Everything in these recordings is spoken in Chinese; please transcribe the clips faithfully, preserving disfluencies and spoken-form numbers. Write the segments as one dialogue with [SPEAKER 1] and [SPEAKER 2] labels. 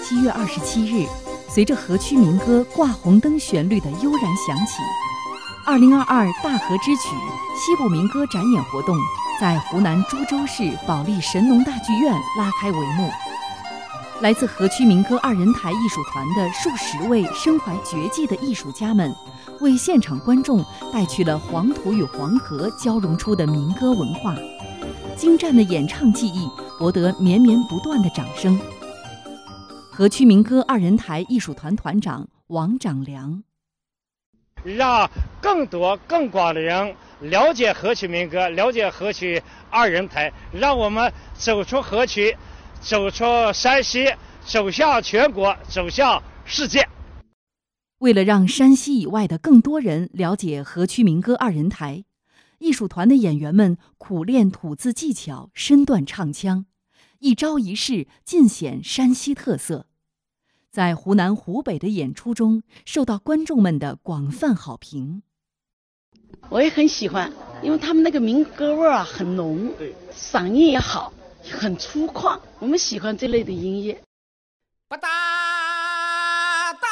[SPEAKER 1] 七月二十七日，随着河区民歌挂红灯旋律的悠然响起，二零二二大河之曲西部民歌展演活动在湖南株洲市保利神农大剧院拉开帷幕。来自河区民歌二人台艺术团的数十位身怀绝技的艺术家们，为现场观众带去了黄土与黄河交融出的民歌文化。精湛的演唱技艺博得绵绵不断的掌声。河区民歌二人台艺术团团长王长良，
[SPEAKER 2] 让更多更广的人了解河区民歌，了解河区二人台，让我们走出河区，走出山西，走向全国，走向世界。
[SPEAKER 1] 为了让山西以外的更多人了解河区民歌二人台，艺术团的演员们苦练吐字技巧，身段唱腔，一招一式尽显山西特色。在湖南、湖北的演出中，受到观众们的广泛好评。
[SPEAKER 3] 我也很喜欢，因为他们那个民歌味儿啊很浓，嗓音也好，很粗犷，我们喜欢这类的音乐。
[SPEAKER 4] 不打打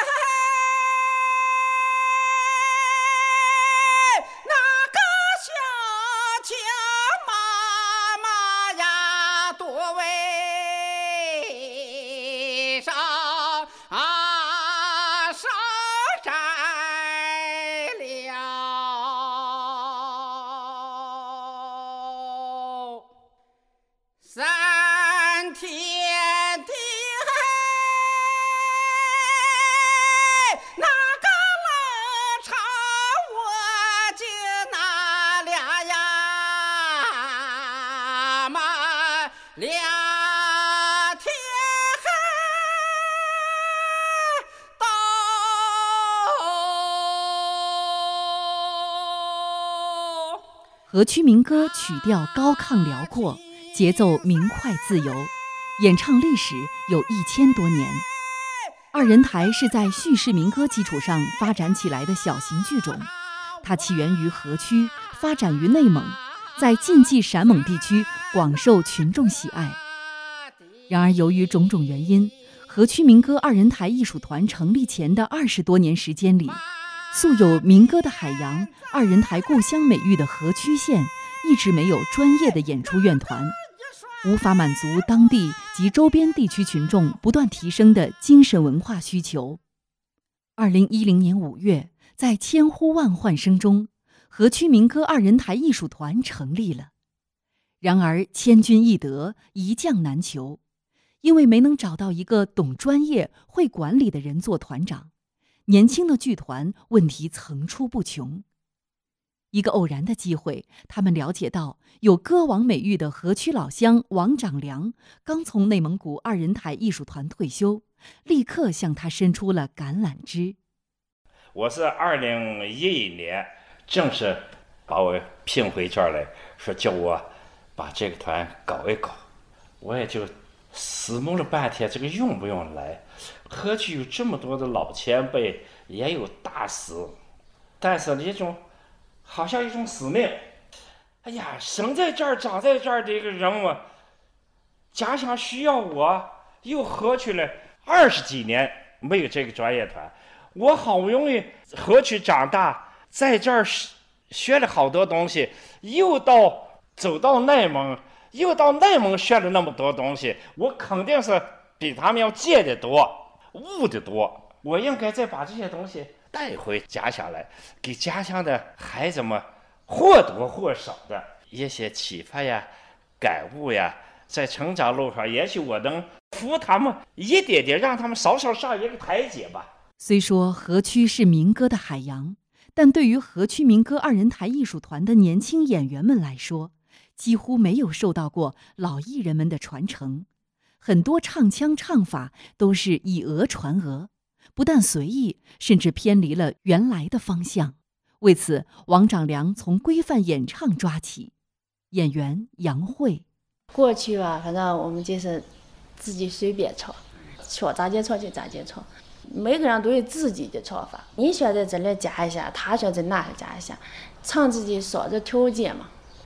[SPEAKER 4] 那个小青妈妈呀，多为上啊上摘了三天的那个冷场，我就拿俩呀嘛俩天到。
[SPEAKER 1] 河区民歌曲调高亢辽阔，节奏明快自由，演唱历史有一千多年。二人台是在叙事民歌基础上发展起来的小型剧种，它起源于河区，发展于内蒙，在晋冀陕蒙地区广受群众喜爱。然而由于种种原因，河区民歌二人台艺术团成立前的二十多年时间里，素有民歌的海洋、二人台故乡美誉的河区县一直没有专业的演出院团，无法满足当地及周边地区群众不断提升的精神文化需求。二零一零年五月，在千呼万唤声中，河区民歌二人台艺术团成立了。然而千军易得，一将难求，因为没能找到一个懂专业、会管理的人做团长，年轻的剧团问题层出不穷。一个偶然的机会，他们了解到有歌王美誉的河区老乡王长良刚从内蒙古二人台艺术团退休，立刻向他伸出了橄榄枝。
[SPEAKER 5] 我是二零一一年正式把我聘回这儿来，说叫我把这个团搞一搞，我也就思谋了半天，这个用不用来？河区有这么多的老前辈，也有大师，但是一种好像一种使命。哎呀，生在这儿长在这儿的一个人物，家乡需要我，又河区了二十几年没有这个专业团，我好不容易河区长大，在这儿学了好多东西，又到走到内蒙，又到内蒙学了那么多东西，我肯定是比他们要见得多，悟得多。我应该再把这些东西带回家乡来，给家乡的孩子们或多或少的一些启发呀、感悟呀，在成长路上，也许我能扶他们一点点，让他们稍稍上一个台阶吧。
[SPEAKER 1] 虽说河区是民歌的海洋，但对于河区民歌二人台艺术团的年轻演员们来说，几乎没有受到过老艺人们的传承，很多唱腔唱法都是以讹传讹，不但随意，甚至偏离了原来的方向。为此，王长良从规范演唱抓起。演员杨慧，
[SPEAKER 6] 过去吧，反正我们就是自己随便唱，说咋接唱就咋接唱，每个人都有自己的唱法。你选在这里加一下，他选在那里加一下，唱自己说的条件嘛。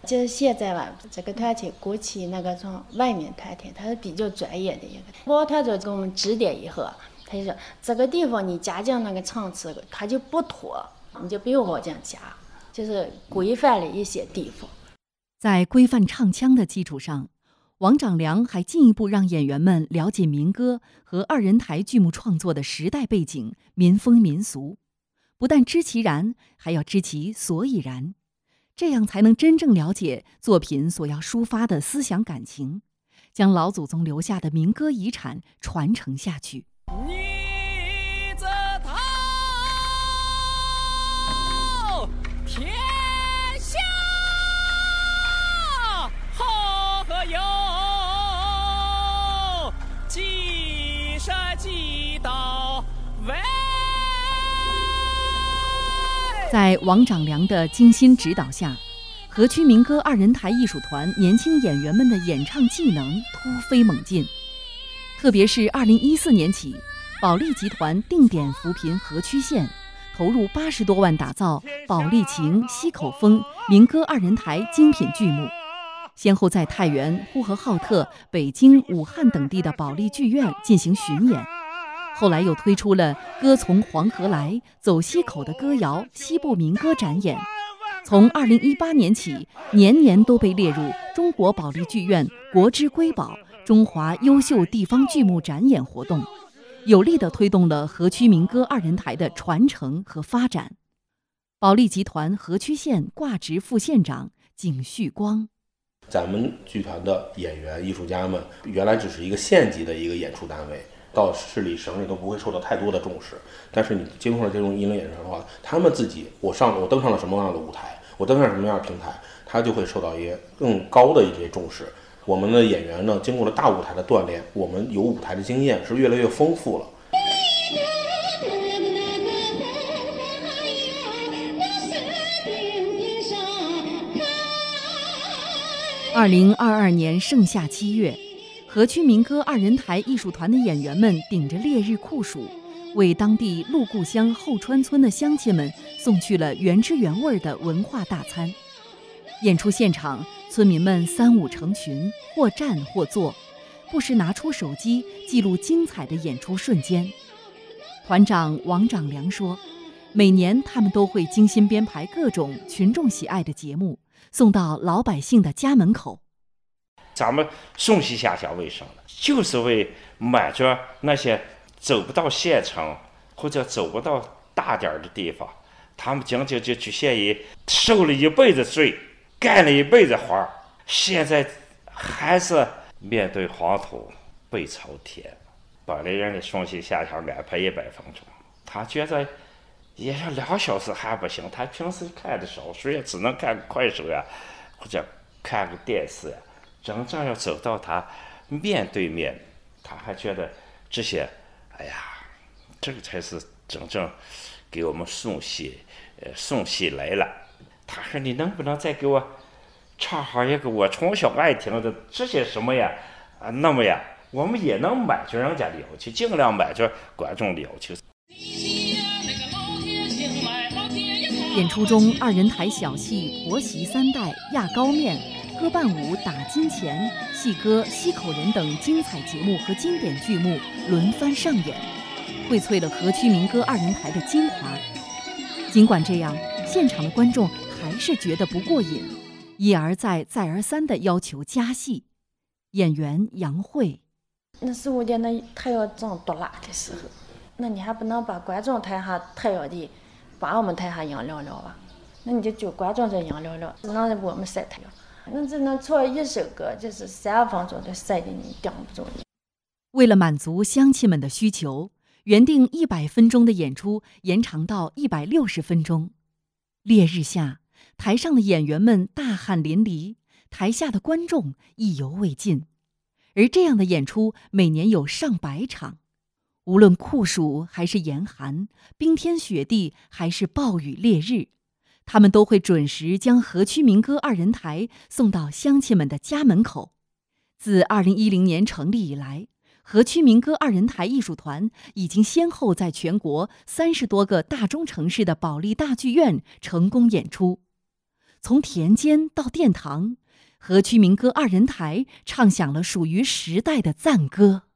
[SPEAKER 6] 就是现在吧，这个团体过去那个从外面团体，他是比较专业的一个。我团长给我们指点以后，他就说这个地方你加进那个层次，它就不妥，你就不用往这样加，就是规范了一些地方。
[SPEAKER 1] 在规范唱腔的基础上，王长良还进一步让演员们了解民歌和二人台剧目创作的时代背景、民风民俗，不但知其然，还要知其所以然。这样才能真正了解作品所要抒发的思想感情，将老祖宗留下的民歌遗产传承下去。
[SPEAKER 4] 你这套天下好和友，积善积道为。
[SPEAKER 1] 在王长良的精心指导下，河曲民歌二人台艺术团年轻演员们的演唱技能突飞猛进。特别是二零一四年起，保利集团定点扶贫河曲县，投入八十多万打造保利情、溪口风民歌二人台精品剧目，先后在太原、呼和浩特、北京、武汉等地的保利剧院进行巡演。后来又推出了歌从黄河来、走溪口的歌谣西部民歌展演，从二零一八年起，年年都被列入中国保利剧院国之瑰宝、中华优秀地方剧目展演活动，有力地推动了河曲民歌二人台的传承和发展。保利集团河曲县挂职副县长景旭光：
[SPEAKER 7] 咱们剧团的演员、艺术家们原来只是一个县级的一个演出单位，到市里省里都不会受到太多的重视，但是你经过了这种引领演出的话，他们自己我上我登上了什么样的舞台，我登上什么样的平台，他就会受到一些更高的一些重视。我们的演员呢，经过了大舞台的锻炼，我们有舞台的经验是越来越丰富了。
[SPEAKER 1] 二零二二年盛夏七月，河曲民歌二人台艺术团的演员们顶着烈日酷暑，为当地陆固乡后川村的乡亲们送去了原汁原味的文化大餐。演出现场，村民们三五成群，或站或坐，不时拿出手机记录精彩的演出瞬间。团长王长良说，每年他们都会精心编排各种群众喜爱的节目，送到老百姓的家门口。
[SPEAKER 5] 咱们送西下乡为什么？就是为满足那些走不到县城或者走不到大点的地方，他们仅仅就局限于受了一辈子罪，干了一辈子活，现在还是面对黄土背朝天。本来人家送西下乡安排一百分钟，他觉得也要两小时还不行，他平时看的少，所以只能看个快手呀，或者看个电视呀。真正要走到他面对面，他还觉得这些，哎呀，这个才是真正给我们送戏，呃，送戏来了。他说：“你能不能再给我唱好一个我从小爱听的这些什么呀？啊，那么呀，我们也能满足人家的要求，尽量满足观众的要求。”
[SPEAKER 1] 演出中，二人台小戏《婆媳三代》、压高面、歌伴舞、打金钱、戏歌、溪口人等精彩节目和经典剧目轮番上演，荟萃了河曲民歌二人台的精华。尽管这样，现场的观众还是觉得不过瘾，一而再再而三地要求加戏。演员杨慧：
[SPEAKER 6] 那十五点那太阳正多辣的时候，那你还不能把观众台下太阳的把我们台下阳亮亮吧？那你就就观众这阳亮亮，只能我们晒太阳。那只能唱一首歌，就是三分钟都晒得你顶不住你。
[SPEAKER 1] 为了满足乡亲们的需求，原定一百分钟的演出延长到一百六十分钟。烈日下，台上的演员们大汗淋漓，台下的观众意犹未尽。而这样的演出每年有上百场，无论酷暑还是严寒，冰天雪地还是暴雨烈日，他们都会准时将河曲民歌二人台送到乡亲们的家门口。自二零一零年成立以来，河曲民歌二人台艺术团已经先后在全国三十多个大中城市的保利大剧院成功演出。 从田间到殿堂，河曲民歌二人台唱响了属于时代的赞歌。